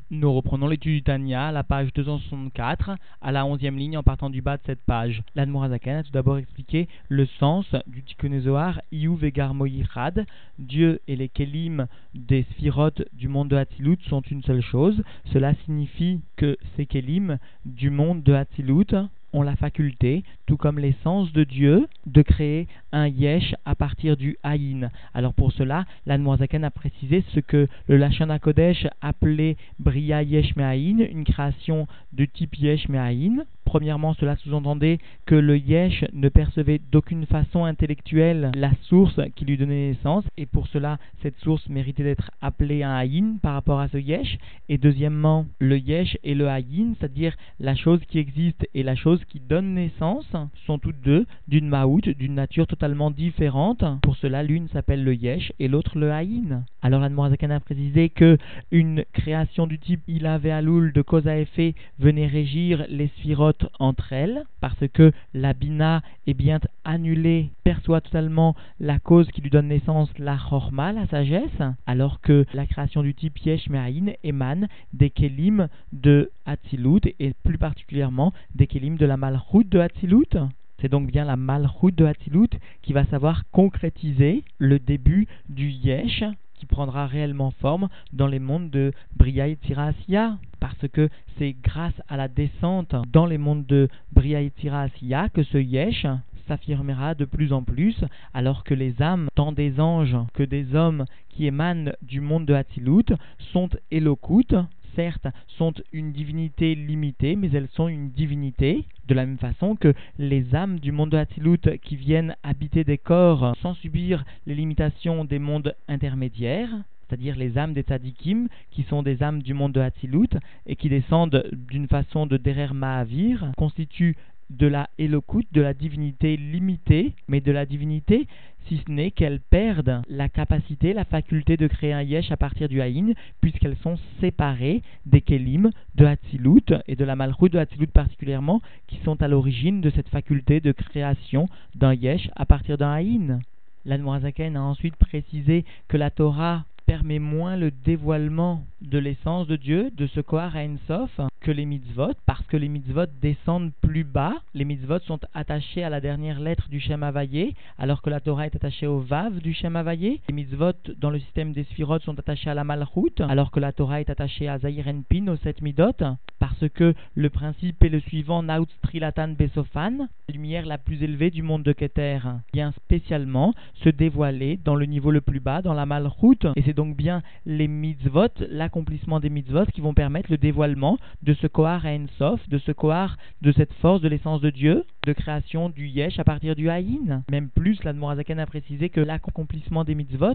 Nous reprenons l'étude du Tanya à la page 264, à la 11e ligne en partant du bas de cette page. L'Admor HaZaken a tout d'abord expliqué le sens du Tikkun Zohar, Iyu Vegar Moyichad. Dieu et les Kélim des Sphiroth du monde de Hatzilut sont une seule chose. Cela signifie que ces Kélim du monde de Hatzilut ont la faculté, tout comme l'essence de Dieu, de créer un yesh à partir du haïn. Alors pour cela, l'Admor HaZaken a précisé ce que le Lashon HaKodesh appelait Bria Yesh Me'aïn, une création de type Yesh Me'aïn. Premièrement, cela sous-entendait que le Yesh ne percevait d'aucune façon intellectuelle la source qui lui donnait naissance, et pour cela, cette source méritait d'être appelée un Haïn par rapport à ce Yesh. Et deuxièmement, le Yesh et le Haïn, c'est-à-dire la chose qui existe et la chose qui donne naissance, sont toutes deux d'une Maout, d'une nature totalement différente. Pour cela, l'une s'appelle le Yesh et l'autre le Haïn. Alors l'Admor HaZaken a précisé que une création du type Ila Ve'alul de cause à effet venait régir les Sphirot entre elles, parce que la Bina est bien annulée, perçoit totalement la cause qui lui donne naissance, la Chorma, la sagesse, alors que la création du type Yesh Me'aïn émane des Kélim de Hatzilut, et plus particulièrement des Kélim de la Malchut de Hatzilut. C'est donc bien la Malchut de Hatzilut qui va savoir concrétiser le début du Yesh, qui prendra réellement forme dans les mondes de Bria Yetzira Asiya, parce que c'est grâce à la descente dans les mondes de Bria Yetzira Asiya que ce Yesh s'affirmera de plus en plus, alors que les âmes, tant des anges que des hommes qui émanent du monde de Hatzilut, sont Elokut. Certes, sont une divinité limitée, mais elles sont une divinité, de la même façon que les âmes du monde de Hatzilut qui viennent habiter des corps sans subir les limitations des mondes intermédiaires, c'est-à-dire les âmes des tzadikim, qui sont des âmes du monde de Hatzilut et qui descendent d'une façon de Derer Mahavir, constituent de la Elokut, de la divinité limitée, mais de la divinité, si ce n'est qu'elles perdent la capacité, la faculté de créer un yesh à partir du haïn, puisqu'elles sont séparées des kélim de Hatzilut et de la Malchut de Hatzilut particulièrement, qui sont à l'origine de cette faculté de création d'un yesh à partir d'un haïn. L'Admor HaZaken a ensuite précisé que la Torah permet moins le dévoilement de l'essence de Dieu, de ce Kohar Ein Sof, que les mitzvot, parce que les mitzvot descendent plus bas. Les mitzvot sont attachés à la dernière lettre du Shem Havayé, alors que la Torah est attachée au Vav du Shem Havayé. Les mitzvot dans le système des Sphirot sont attachés à la Malchut, alors que la Torah est attachée à Zahir Enpin, aux 7 midot, parce que le principe est le suivant, Naut Trilatan Besofan, la lumière la plus élevée du monde de Keter, vient spécialement se dévoiler dans le niveau le plus bas, dans la Malchut, et c'est donc bien les mitzvot, l'accomplissement des mitzvot qui vont permettre le dévoilement de ce Kohar Ein Sof, de ce Kohar, de cette force de l'essence de Dieu, de création du Yesh à partir du Haïn. Même plus, l'Admor HaZaken a précisé que l'accomplissement des mitzvot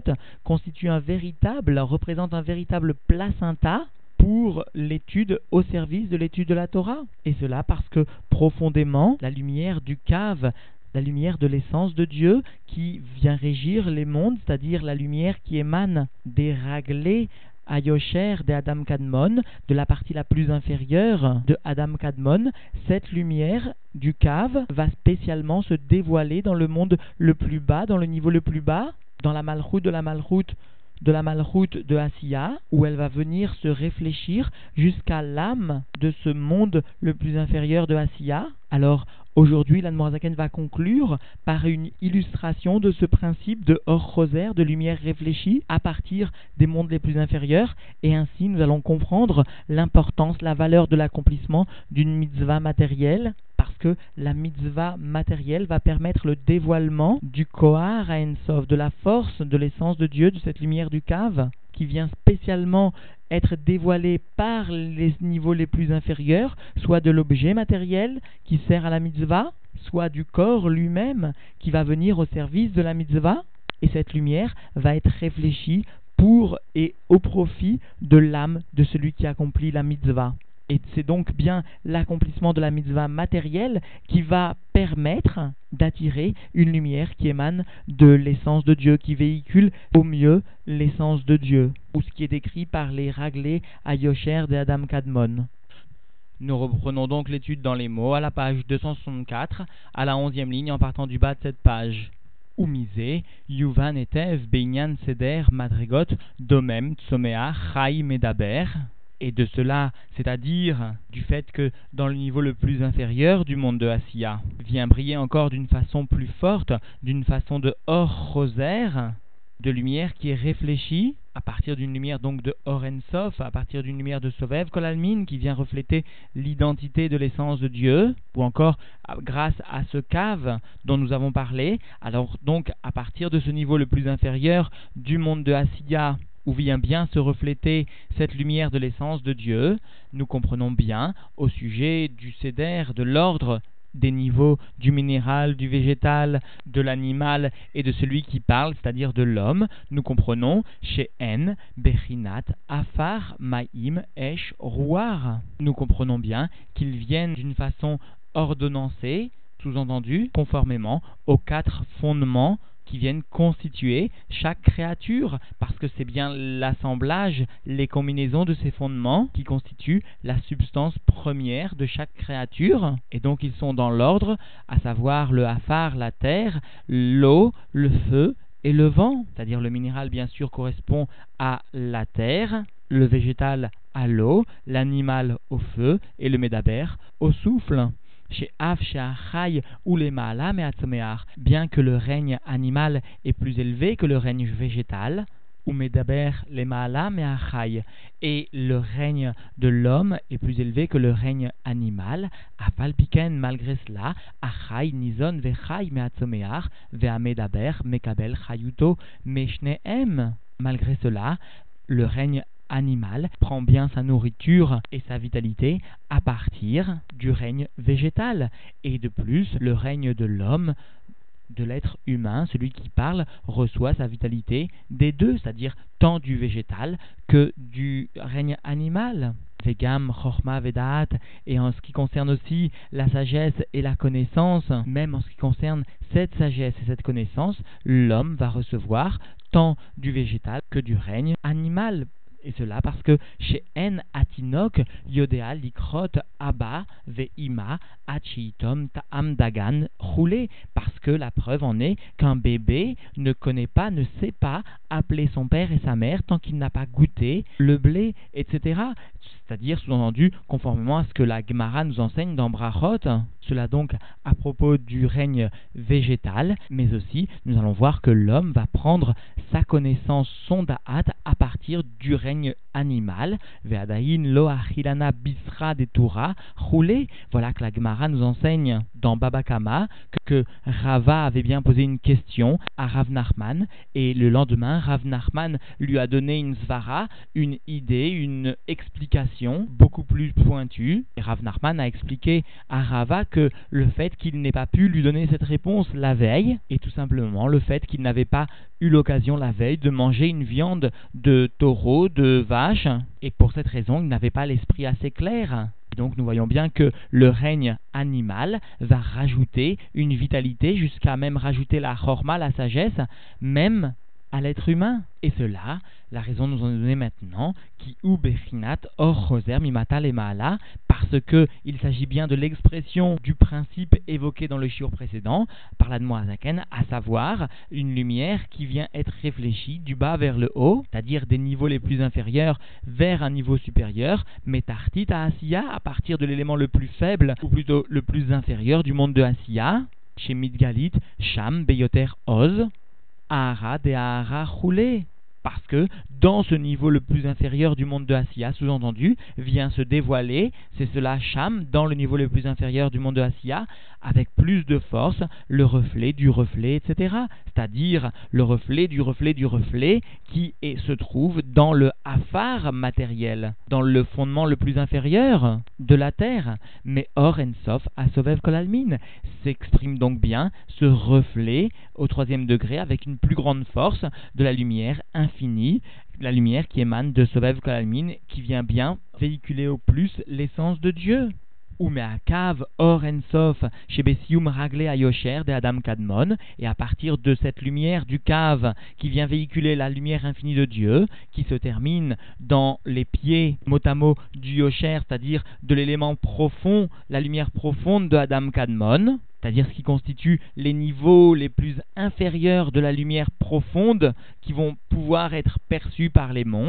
représente un véritable placenta pour l'étude, au service de l'étude de la Torah. Et cela parce que profondément, la lumière du Kav, la lumière de l'essence de Dieu qui vient régir les mondes, c'est-à-dire la lumière qui émane des raglés Ayosher de Adam Kadmon, de la partie la plus inférieure de Adam Kadmon, cette lumière du Kav va spécialement se dévoiler dans le monde le plus bas, dans le niveau le plus bas, dans la Malchut de la Malchut de Asiya, où elle va venir se réfléchir jusqu'à l'âme de ce monde le plus inférieur de Asiya. Alors, aujourd'hui, l'Admor HaZaken va conclure par une illustration de ce principe de Or Choser, de lumière réfléchie, à partir des mondes les plus inférieurs, et ainsi nous allons comprendre l'importance, la valeur de l'accomplissement d'une mitzvah matérielle, parce que la mitzvah matérielle va permettre le dévoilement du Kohar Ein Sof, de la force, de l'essence de Dieu, de cette lumière du Kav, qui vient spécialement être dévoilée par les niveaux les plus inférieurs, soit de l'objet matériel qui sert à la mitzvah, soit du corps lui-même qui va venir au service de la mitzvah, et cette lumière va être réfléchie pour et au profit de l'âme de celui qui accomplit la mitzvah. Et c'est donc bien l'accomplissement de la mitzvah matérielle qui va permettre d'attirer une lumière qui émane de l'essence de Dieu, qui véhicule au mieux l'essence de Dieu, ou ce qui est décrit par les raglés Ayosher de Adam Kadmon. Nous reprenons donc l'étude dans les mots à la page 264, à la 11e ligne en partant du bas de cette page. Umise, Yuvan etev beinyan seder madrigot domem tsomea chai medaber. Et de cela, c'est-à-dire du fait que dans le niveau le plus inférieur du monde de Asiya, vient briller encore d'une façon plus forte, d'une façon de Or Rosaire, de lumière qui est réfléchie, à partir d'une lumière donc de Or Ensof, à partir d'une lumière de Sovev Kolalmin, qui vient refléter l'identité de l'essence de Dieu, ou encore grâce à ce cave dont nous avons parlé. Alors donc, à partir de ce niveau le plus inférieur du monde de Asiya, où vient bien se refléter cette lumière de l'essence de Dieu, nous comprenons bien au sujet du Seder, de l'ordre des niveaux du minéral, du végétal, de l'animal et de celui qui parle, c'est-à-dire de l'homme, nous comprenons chez En, Bechinat, Afar, Maïm, Esh, Rouar. Nous comprenons bien qu'ils viennent d'une façon ordonnancée, sous-entendu, conformément aux 4 fondements qui viennent constituer chaque créature, parce que c'est bien l'assemblage, les combinaisons de ces fondements qui constituent la substance première de chaque créature, et donc ils sont dans l'ordre, à savoir le Afar, la terre, l'eau, le feu et le vent, c'est-à-dire le minéral bien sûr correspond à la terre, le végétal à l'eau, l'animal au feu et le médaber au souffle. Chez Av, chez Achai ou les Maala Me'atzomeach, bien que le règne animal est plus élevé que le règne végétal, ou Medaber les Maala Me'achai, et le règne de l'homme est plus élevé que le règne animal, Afal Piken, malgré cela, Achai Nizon Vechai Me'atzomeach, Ve'amedaber Mekabel Chayuto Meshneem. Malgré cela, le règne animal prend bien sa nourriture et sa vitalité à partir du règne végétal. Et de plus, le règne de l'homme, de l'être humain, celui qui parle, reçoit sa vitalité des deux, c'est-à-dire tant du végétal que du règne animal. Vegam, Chorma, Vedaat, et en ce qui concerne aussi la sagesse et la connaissance, même en ce qui concerne cette sagesse et cette connaissance, l'homme va recevoir tant du végétal que du règne animal. Et cela parce que chez En Atinok, Yodea Likrot Abba Ve'ima Achiitom Ta'am Dagan Roulé, parce que la preuve en est qu'un bébé ne connaît pas, ne sait pas appeler son père et sa mère tant qu'il n'a pas goûté le blé, etc. C'est-à-dire, sous-entendu, conformément à ce que la Gemara nous enseigne dans Brachot. Cela donc à propos du règne végétal, mais aussi nous allons voir que l'homme va prendre sa connaissance, son da'at, à partir du règne animal. Ve'adayin lo achilana bisra de Torah roulé. Voilà que la Gemara nous enseigne dans Baba Kama que Rava avait bien posé une question à Rav Nachman, et le lendemain Rav Nachman lui a donné une svara, une idée, une explication beaucoup plus pointue. Et Rav Nachman a expliqué à Rava que le fait qu'il n'ait pas pu lui donner cette réponse la veille, est tout simplement le fait qu'il n'avait pas eu l'occasion la veille de manger une viande de taureau, de vache, et pour cette raison il n'avait pas l'esprit assez clair. Donc nous voyons bien que le règne animal va rajouter une vitalité, jusqu'à même rajouter la chorma, la sagesse, même à l'être humain. Et cela, la raison nous en est donnée maintenant, qui ou bechinat or choser mimata le maala, parce que il s'agit bien de l'expression du principe évoqué dans le shiur précédent par l'Admorazaken, à savoir une lumière qui vient être réfléchie du bas vers le haut, c'est-à-dire des niveaux les plus inférieurs vers un niveau supérieur, metartit à Asiya, à partir de l'élément le plus faible, ou plutôt le plus inférieur du monde de Asiya, chez Midgalit, Sham, Beyoter, Oz, Ahara de Ahara roulé. Parce que dans ce niveau le plus inférieur du monde de Asiya, sous-entendu, vient se dévoiler, c'est cela Sham, dans le niveau le plus inférieur du monde de Asiya, avec plus de force, le reflet du reflet, etc. C'est-à-dire le reflet du reflet du reflet qui se trouve dans le Afar matériel, dans le fondement le plus inférieur de la terre. Mais Or Ensof, Asovev Kolalmin, s'exprime donc bien ce reflet au 3e degré avec une plus grande force de la lumière infinie, la lumière qui émane de Sovev Kolalmin, qui vient bien véhiculer au plus l'essence de Dieu. Ou me'akav or ensof shebesium raglé ayosher de Adam Kadmon, et à partir de cette lumière du cave qui vient véhiculer la lumière infinie de Dieu, qui se termine dans les pieds mot à mot du yosher, c'est-à-dire de l'élément profond, la lumière profonde de Adam Kadmon, c'est-à-dire ce qui constitue les niveaux les plus inférieurs de la lumière profonde qui vont pouvoir être perçus par les mondes.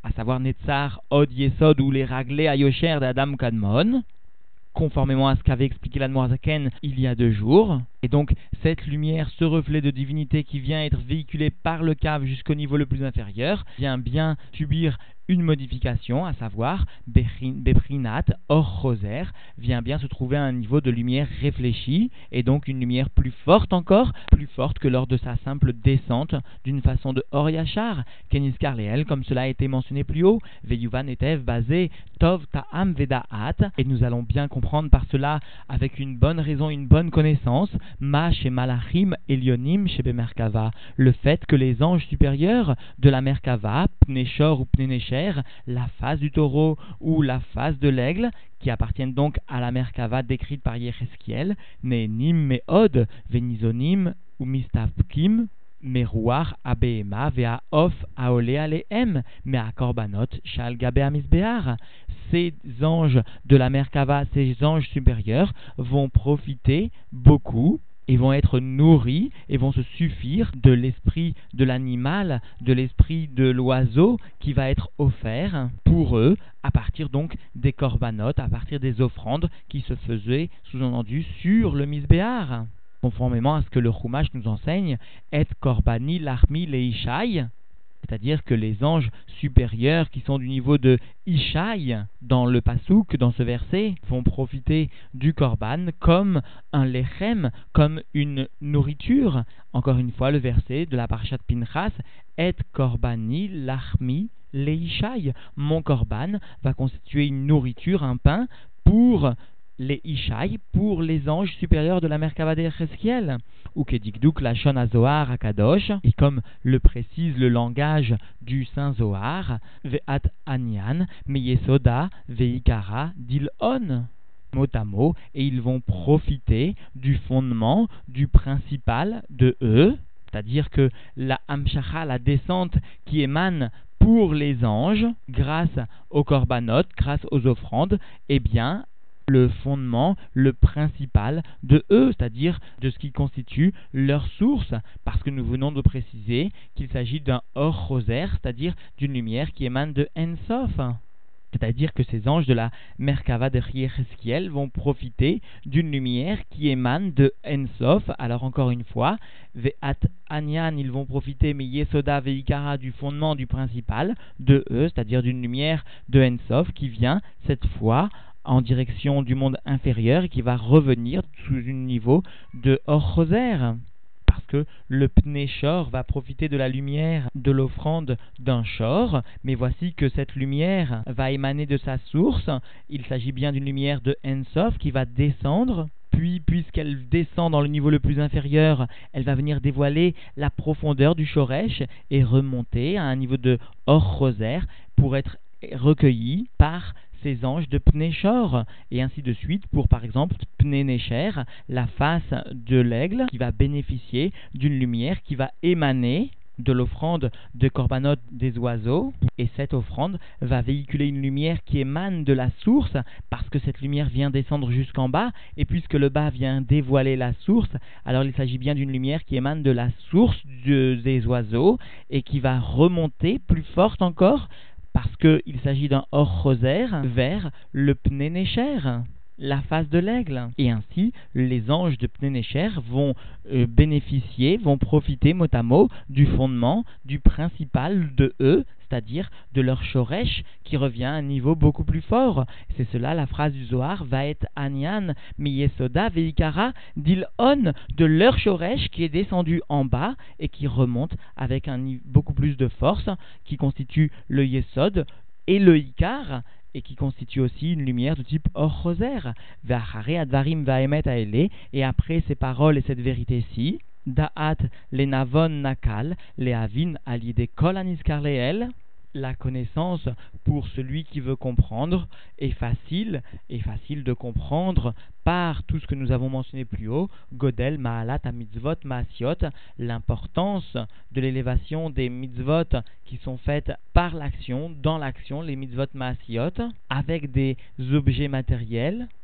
à savoir Netzar, Od Yesod ou les Raglé Ayosher d'Adam Kadmon, conformément à ce qu'avait expliqué l'Admor Zaken il y a 2 jours. Et donc, cette lumière, ce reflet de divinité qui vient être véhiculé par le cave jusqu'au niveau le plus inférieur, vient bien subir une modification, à savoir Beprinat, Or Roser, vient bien se trouver à un niveau de lumière réfléchie, et donc une lumière plus forte encore, plus forte que lors de sa simple descente d'une façon de Or Yachar, Keniskar Leel, comme cela a été mentionné plus haut, Veyuvan Etev basé Tov Ta'am Vedaat, et nous allons bien comprendre par cela, avec une bonne raison, une bonne connaissance, Ma chez Malachim Elionim chez Bemerkava, le fait que les anges supérieurs de la Merkava, Pneshor ou Pnenesher, la face du taureau ou la face de l'aigle, qui appartiennent donc à la Merkava décrite par Yecheskiel, Nenim Meod, Venizonim ou Mistavkim, Meruach Abehema Vea Of Aole Alehem, Mea Korbanot Shal Gabe Amizbear. Ces anges de la Merkava, ces anges supérieurs, vont profiter beaucoup et vont être nourris et vont se suffire de l'esprit de l'animal, de l'esprit de l'oiseau qui va être offert pour eux à partir donc des corbanotes, à partir des offrandes qui se faisaient sous-entendu sur le misbéar. Conformément à ce que le Chumash nous enseigne, et korbani lachmi leishai, c'est-à-dire que les anges supérieurs qui sont du niveau de Ishaï dans le Passouk, dans ce verset, vont profiter du Korban comme un lechem, comme une nourriture. Encore une fois, le verset de la Parashat Pinchas, Et Korbani Lachmi Leishai. Mon Korban va constituer une nourriture, un pain, pour les Ishaï, pour les anges supérieurs de la Merkava d'Echeskiel, ou Kedikduk Lachon HaZohar HaKadosh, et comme le précise le langage du Saint Zohar, Ve'at Anyan, Meyesoda, Veikara, Dilon, mot à mot, et ils vont profiter du fondement, du principal de eux, c'est-à-dire que la Hamshacha, la descente qui émane pour les anges, grâce aux korbanot, grâce aux offrandes, eh bien, le fondement, le principal de eux, c'est-à-dire de ce qui constitue leur source, parce que nous venons de préciser qu'il s'agit d'un Or Roser, c'est-à-dire d'une lumière qui émane de En-Sof. C'est-à-dire que ces anges de la Merkava de Yecheskiel vont profiter d'une lumière qui émane de En-Sof. Alors encore une fois, Ve'at Anyan, ils vont profiter, mais Yesoda Veikara, du fondement, du principal de eux, c'est-à-dire d'une lumière de En-Sof qui vient cette fois en direction du monde inférieur et qui va revenir sous un niveau de Or Roser. Parce que le Pnei Shor va profiter de la lumière de l'offrande d'un Shor, mais voici que cette lumière va émaner de sa source. Il s'agit bien d'une lumière de En-Sof qui va descendre. Puis, puisqu'elle descend dans le niveau le plus inférieur, elle va venir dévoiler la profondeur du Shoresh et remonter à un niveau de Or Roser pour être recueillie par ces anges de Pnei Shor, et ainsi de suite pour par exemple Pnei Nesher, la face de l'aigle qui va bénéficier d'une lumière qui va émaner de l'offrande de korbanot des oiseaux, et cette offrande va véhiculer une lumière qui émane de la source, parce que cette lumière vient descendre jusqu'en bas, et puisque le bas vient dévoiler la source, alors il s'agit bien d'une lumière qui émane de la source des oiseaux, et qui va remonter plus forte encore, parce qu'il s'agit d'un Or Roser vers le Pnei Nesher, la face de l'aigle. Et ainsi, les anges de Pnei Nesher vont bénéficier, vont profiter mot à mot du fondement, du principal de eux, c'est-à-dire de leur Shoresh qui revient à un niveau beaucoup plus fort. C'est cela la phrase du Zohar, Vaet Anyan Miyesoda Veikara Dilon, de leur Shoresh qui est descendu en bas et qui remonte avec beaucoup plus de force, qui constitue le Yesod et le Ikar, et qui constitue aussi une lumière de type Or Roser. V'achare advarim va'emet aele, et après ces paroles et cette vérité-ci, Da'at lenavon nakal leavin alide kol aniskar leel, la connaissance pour celui qui veut comprendre est facile de comprendre par tout ce que nous avons mentionné plus haut, Godel, Ma'alat, Mitzvot, Ma'asiot, l'importance de l'élévation des mitzvot qui sont faites par l'action, dans l'action, les mitzvot Ma'asiot, avec des objets matériels,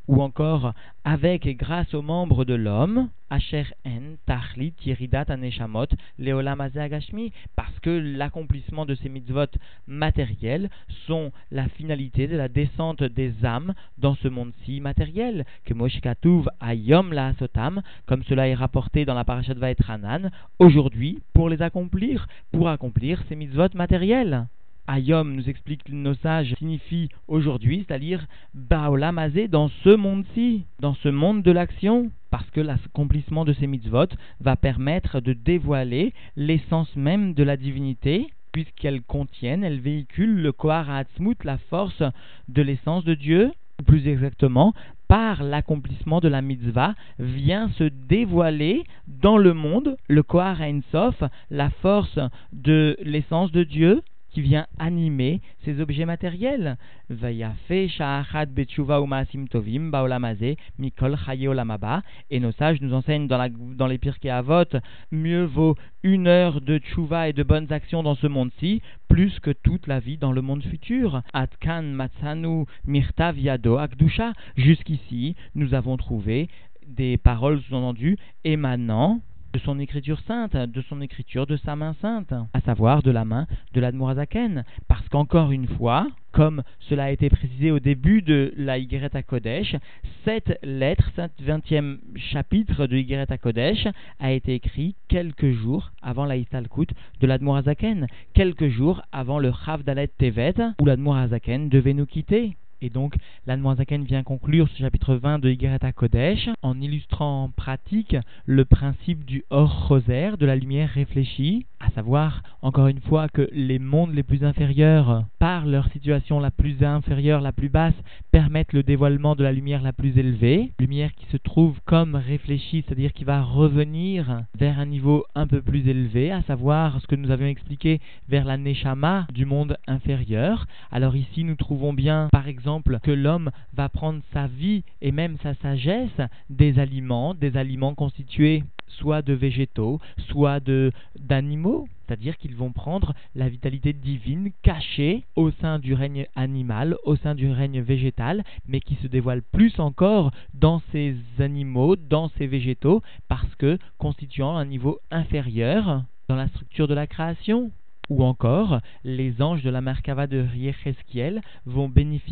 ou encore avec et grâce aux membres de l'homme, Asher en Tachlit Yeridat Aneshamot Leolam Hazeh Agashmi, parce que l'accomplissement de ces mitzvot matériels sont la finalité de la descente des âmes dans ce monde-ci matériel, que Moshe Katuv Ayom La Sotam, comme cela est rapporté dans la parashat Vaetranan, aujourd'hui pour les accomplir, pour accomplir ces mitzvot matériels. Ayom, nous explique nos sages, signifie aujourd'hui, c'est-à-dire Ba'olam Hazeh, dans ce monde-ci, dans ce monde de l'action, parce que l'accomplissement de ces mitzvot va permettre de dévoiler l'essence même de la divinité, puisqu'elles contiennent, elles véhiculent le Kohar HaAtzmut, la force de l'essence de Dieu, ou plus exactement, par l'accomplissement de la mitzvah, vient se dévoiler dans le monde le Kohar HaEin Sof, la force de l'essence de Dieu, qui vient animer ces objets matériels. Vayafe sha'achad betshuva u'ma'asim tovim ba'olam hazeh mikol chaye olam haba. Et nos sages nous enseignent dans les Pirkei Avot, mieux vaut 1 heure de tshuva et de bonnes actions dans ce monde-ci, plus que toute la vie dans le monde futur. Atkan matzanu mirtav yado akdusha. Jusqu'ici, nous avons trouvé des paroles sous-entendues émanant de son écriture sainte, de son écriture de sa main sainte, à savoir de la main de l'Admour HaZaken. Parce qu'encore une fois, comme cela a été précisé au début de la Igeret HaKodesh, cette lettre, cette 20e chapitre de Igeret HaKodesh, a été écrit quelques jours avant la Histalkut de l'Admour HaZaken, quelques jours avant le Chav Dalet Tevet, où l'Admour HaZaken devait nous quitter. Et donc, l'Admour HaZaken vient conclure ce chapitre 20 de Igeret HaKodesh en illustrant en pratique le principe du Or Choser, de la lumière réfléchie, à savoir, encore une fois, que les mondes les plus inférieurs, par leur situation la plus inférieure, la plus basse, permettent le dévoilement de la lumière la plus élevée, lumière qui se trouve comme réfléchie, c'est-à-dire qui va revenir vers un niveau un peu plus élevé, à savoir ce que nous avions expliqué vers la Neshama du monde inférieur. Alors ici, nous trouvons bien, par exemple, que l'homme va prendre sa vie et même sa sagesse des aliments constitués soit de végétaux, soit d'animaux, c'est-à-dire qu'ils vont prendre la vitalité divine cachée au sein du règne animal, au sein du règne végétal, mais qui se dévoile plus encore dans ces animaux, dans ces végétaux, parce que constituant un niveau inférieur dans la structure de la création. Ou encore, les anges de la Merkava de Yechezkiel vont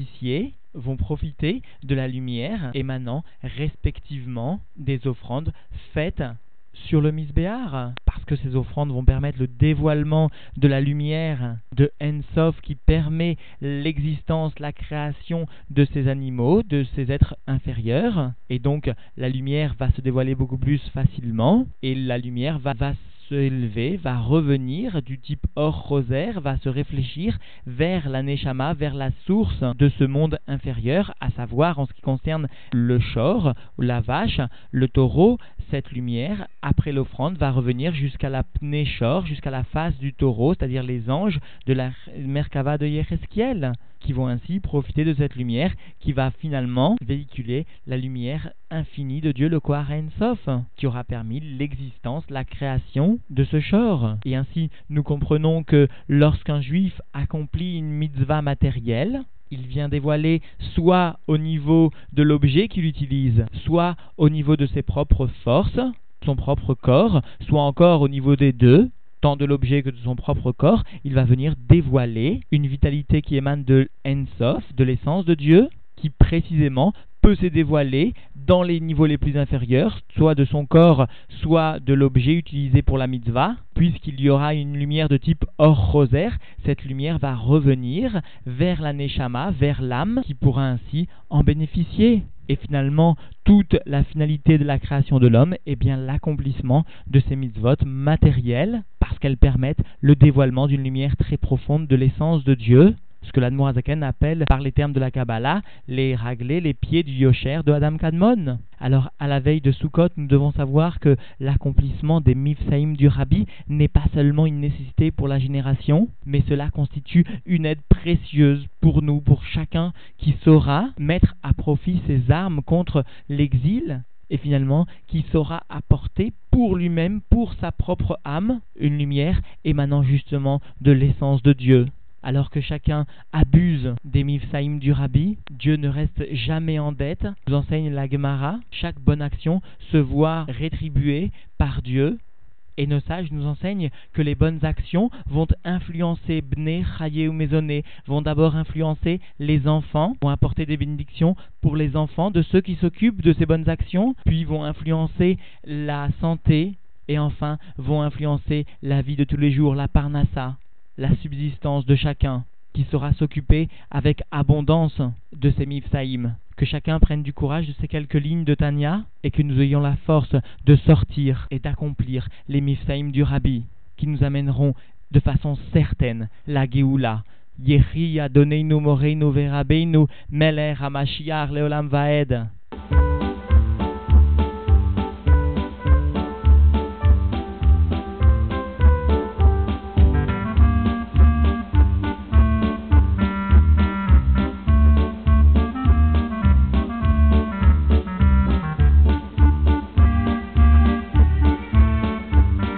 profiter de la lumière émanant respectivement des offrandes faites sur le Misbéar, parce que ces offrandes vont permettre le dévoilement de la lumière de En Sof qui permet l'existence, la création de ces animaux, de ces êtres inférieurs, et donc la lumière va se dévoiler beaucoup plus facilement, et la lumière va se élever, va revenir du type Or Choser, va se réfléchir vers la Neshama, vers la source de ce monde inférieur, à savoir en ce qui concerne le Shor, la vache, le taureau. Cette lumière, après l'offrande, va revenir jusqu'à la Pnei Shor, jusqu'à la face du taureau, c'est-à-dire les anges de la Merkava de Yechezkiel, qui vont ainsi profiter de cette lumière qui va finalement véhiculer la lumière infinie de Dieu, le Kohar HaEin Sof, qui aura permis l'existence, la création de ce Shor. Et ainsi, nous comprenons que lorsqu'un juif accomplit une mitzvah matérielle, il vient dévoiler soit au niveau de l'objet qu'il utilise, soit au niveau de ses propres forces, son propre corps, soit encore au niveau des deux, tant de l'objet que de son propre corps. Il va venir dévoiler une vitalité qui émane de En Sof, de l'essence de Dieu, qui précisément peut se dévoiler dans les niveaux les plus inférieurs, soit de son corps, soit de l'objet utilisé pour la mitzvah, puisqu'il y aura une lumière de type Or Choser. Cette lumière va revenir vers la Neshama, vers l'âme, qui pourra ainsi en bénéficier. Et finalement, toute la finalité de la création de l'homme est bien l'accomplissement de ces mitzvot matériels, parce qu'elles permettent le dévoilement d'une lumière très profonde de l'essence de Dieu, ce que l'Admour HaZaken appelle par les termes de la Kabbalah les raglés, les pieds du Yosher de Adam Kadmon. Alors à la veille de Sukkot, nous devons savoir que l'accomplissement des Mifsaïm du Rabbi n'est pas seulement une nécessité pour la génération, mais cela constitue une aide précieuse pour nous, pour chacun qui saura mettre à profit ses armes contre l'exil, et finalement qui saura apporter pour lui-même, pour sa propre âme, une lumière émanant justement de l'essence de Dieu. alors que chacun abuse des mifsaïm du Rabbi, Dieu ne reste jamais en dette. Nous enseigne la Gemara, chaque bonne action se voit rétribuée par Dieu. Et nos sages nous enseignent que les bonnes actions vont influencer Bnei Chayé ou Maisonné, vont d'abord influencer les enfants, vont apporter des bénédictions pour les enfants de ceux qui s'occupent de ces bonnes actions, puis vont influencer la santé, et enfin vont influencer la vie de tous les jours, la parnassa, la subsistance de chacun, qui saura s'occuper avec abondance de ces mifsaïm. Que chacun prenne du courage de ces quelques lignes de Tanya et que nous ayons la force de sortir et d'accomplir les mifsaïm du Rabbi qui nous amèneront de façon certaine la Géoula. Yehi Adoneinu Moreinu Verabeinu Meler HaMashiach Leolam Vaed.